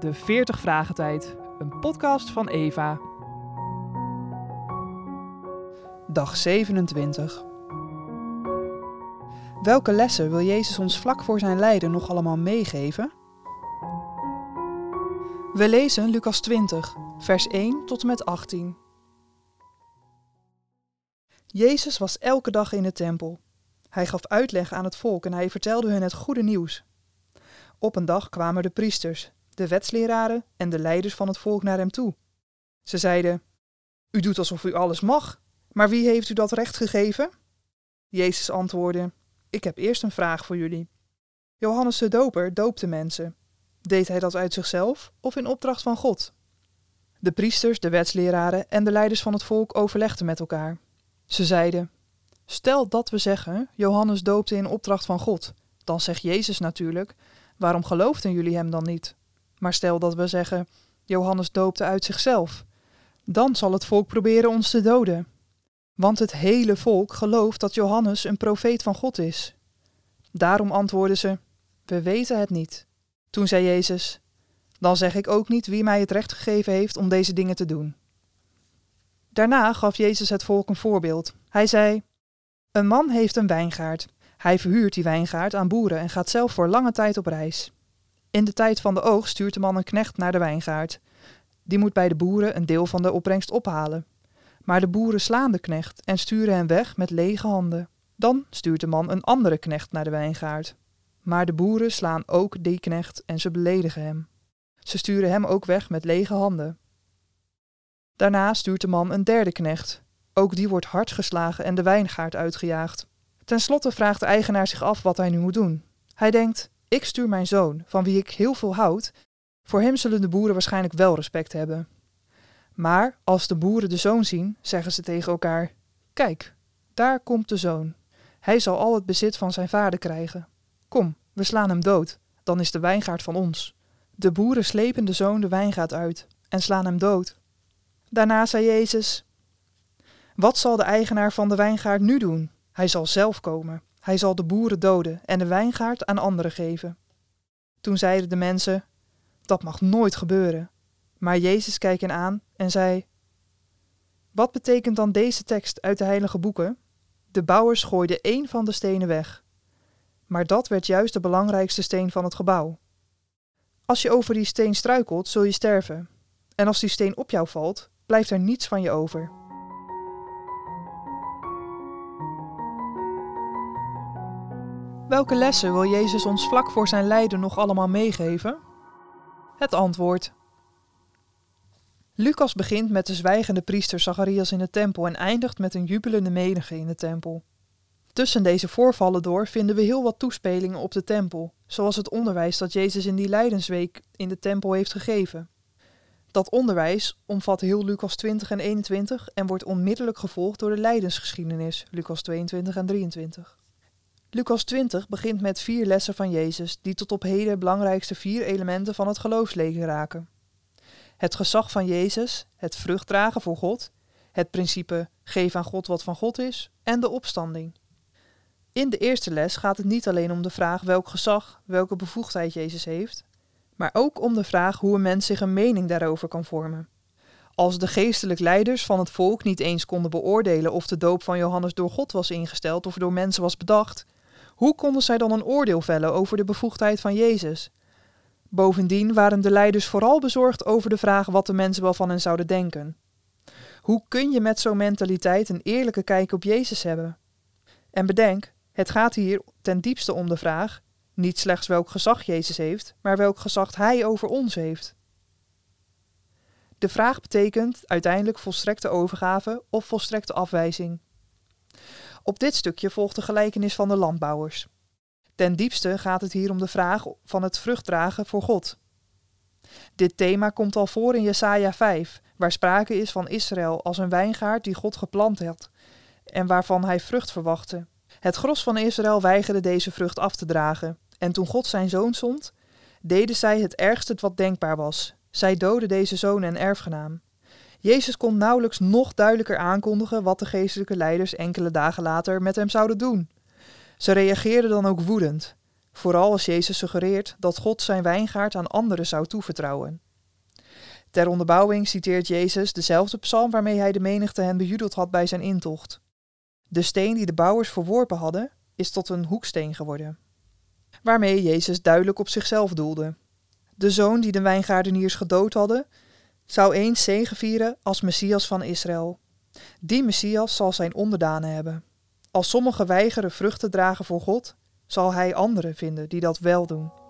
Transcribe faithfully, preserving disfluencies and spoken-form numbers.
De veertig Vragen Tijd, een podcast van Eva. Dag zevenentwintig. Welke lessen wil Jezus ons vlak voor zijn lijden nog allemaal meegeven? We lezen Lucas twintig, vers één tot en met achttien. Jezus was elke dag in de tempel. Hij gaf uitleg aan het volk en hij vertelde hun het goede nieuws. Op een dag kwamen de priesters, de wetsleraren en de leiders van het volk naar hem toe. Ze zeiden: "U doet alsof u alles mag, maar wie heeft u dat recht gegeven?" Jezus antwoordde: "Ik heb eerst een vraag voor jullie. Johannes de Doper doopte mensen. Deed hij dat uit zichzelf of in opdracht van God?" De priesters, de wetsleraren en de leiders van het volk overlegden met elkaar. Ze zeiden: "Stel dat we zeggen, Johannes doopte in opdracht van God, dan zegt Jezus natuurlijk: waarom geloofden jullie hem dan niet? Maar stel dat we zeggen, Johannes doopte uit zichzelf, dan zal het volk proberen ons te doden. Want het hele volk gelooft dat Johannes een profeet van God is." Daarom antwoordden ze: "We weten het niet." Toen zei Jezus: "Dan zeg ik ook niet wie mij het recht gegeven heeft om deze dingen te doen." Daarna gaf Jezus het volk een voorbeeld. Hij zei: "Een man heeft een wijngaard. Hij verhuurt die wijngaard aan boeren en gaat zelf voor lange tijd op reis. In de tijd van de oogst stuurt de man een knecht naar de wijngaard. Die moet bij de boeren een deel van de opbrengst ophalen. Maar de boeren slaan de knecht en sturen hem weg met lege handen. Dan stuurt de man een andere knecht naar de wijngaard. Maar de boeren slaan ook die knecht en ze beledigen hem. Ze sturen hem ook weg met lege handen. Daarna stuurt de man een derde knecht. Ook die wordt hard geslagen en de wijngaard uitgejaagd. Ten slotte vraagt de eigenaar zich af wat hij nu moet doen. Hij denkt: ik stuur mijn zoon, van wie ik heel veel houd. Voor hem zullen de boeren waarschijnlijk wel respect hebben. Maar als de boeren de zoon zien, zeggen ze tegen elkaar: kijk, daar komt de zoon. Hij zal al het bezit van zijn vader krijgen. Kom, we slaan hem dood, dan is de wijngaard van ons. De boeren slepen de zoon de wijngaard uit en slaan hem dood. Daarna zei Jezus: wat zal de eigenaar van de wijngaard nu doen? Hij zal zelf komen. Hij zal de boeren doden en de wijngaard aan anderen geven. Toen zeiden de mensen: dat mag nooit gebeuren. Maar Jezus keek hen aan en zei: wat betekent dan deze tekst uit de heilige boeken? De bouwers gooiden één van de stenen weg. Maar dat werd juist de belangrijkste steen van het gebouw. Als je over die steen struikelt, zul je sterven. En als die steen op jou valt, blijft er niets van je over. Welke lessen wil Jezus ons vlak voor zijn lijden nog allemaal meegeven? Het antwoord. Lucas begint met de zwijgende priester Zacharias in de tempel en eindigt met een jubelende menigte in de tempel. Tussen deze voorvallen door vinden we heel wat toespelingen op de tempel, zoals het onderwijs dat Jezus in die lijdensweek in de tempel heeft gegeven. Dat onderwijs omvat heel Lucas twintig en eenentwintig en wordt onmiddellijk gevolgd door de lijdensgeschiedenis, Lucas tweeëntwintig en drieëntwintig. Lucas twintig begint met vier lessen van Jezus die tot op heden belangrijkste vier elementen van het geloofsleven raken. Het gezag van Jezus, het vrucht dragen voor God, het principe geef aan God wat van God is en de opstanding. In de eerste les gaat het niet alleen om de vraag welk gezag, welke bevoegdheid Jezus heeft, maar ook om de vraag hoe een mens zich een mening daarover kan vormen. Als de geestelijk leiders van het volk niet eens konden beoordelen of de doop van Johannes door God was ingesteld of door mensen was bedacht, hoe konden zij dan een oordeel vellen over de bevoegdheid van Jezus? Bovendien waren de leiders vooral bezorgd over de vraag wat de mensen wel van hen zouden denken. Hoe kun je met zo'n mentaliteit een eerlijke kijk op Jezus hebben? En bedenk, het gaat hier ten diepste om de vraag, niet slechts welk gezag Jezus heeft, maar welk gezag Hij over ons heeft. De vraag betekent uiteindelijk volstrekte overgave of volstrekte afwijzing. Op dit stukje volgt de gelijkenis van de landbouwers. Ten diepste gaat het hier om de vraag van het vruchtdragen voor God. Dit thema komt al voor in Jesaja vijf, waar sprake is van Israël als een wijngaard die God geplant had en waarvan hij vrucht verwachtte. Het gros van Israël weigerde deze vrucht af te dragen, en toen God zijn zoon zond, deden zij het ergste wat denkbaar was. Zij doodden deze zoon en erfgenaam. Jezus kon nauwelijks nog duidelijker aankondigen wat de geestelijke leiders enkele dagen later met hem zouden doen. Ze reageerden dan ook woedend. Vooral als Jezus suggereert dat God zijn wijngaard aan anderen zou toevertrouwen. Ter onderbouwing citeert Jezus dezelfde psalm waarmee hij de menigte hen bejubeld had bij zijn intocht. De steen die de bouwers verworpen hadden, is tot een hoeksteen geworden. Waarmee Jezus duidelijk op zichzelf doelde. De zoon die de wijngaardeniers gedood hadden, zou eens zegevieren als Messias van Israël. Die Messias zal zijn onderdanen hebben. Als sommigen weigeren vrucht te dragen voor God, zal hij anderen vinden die dat wel doen.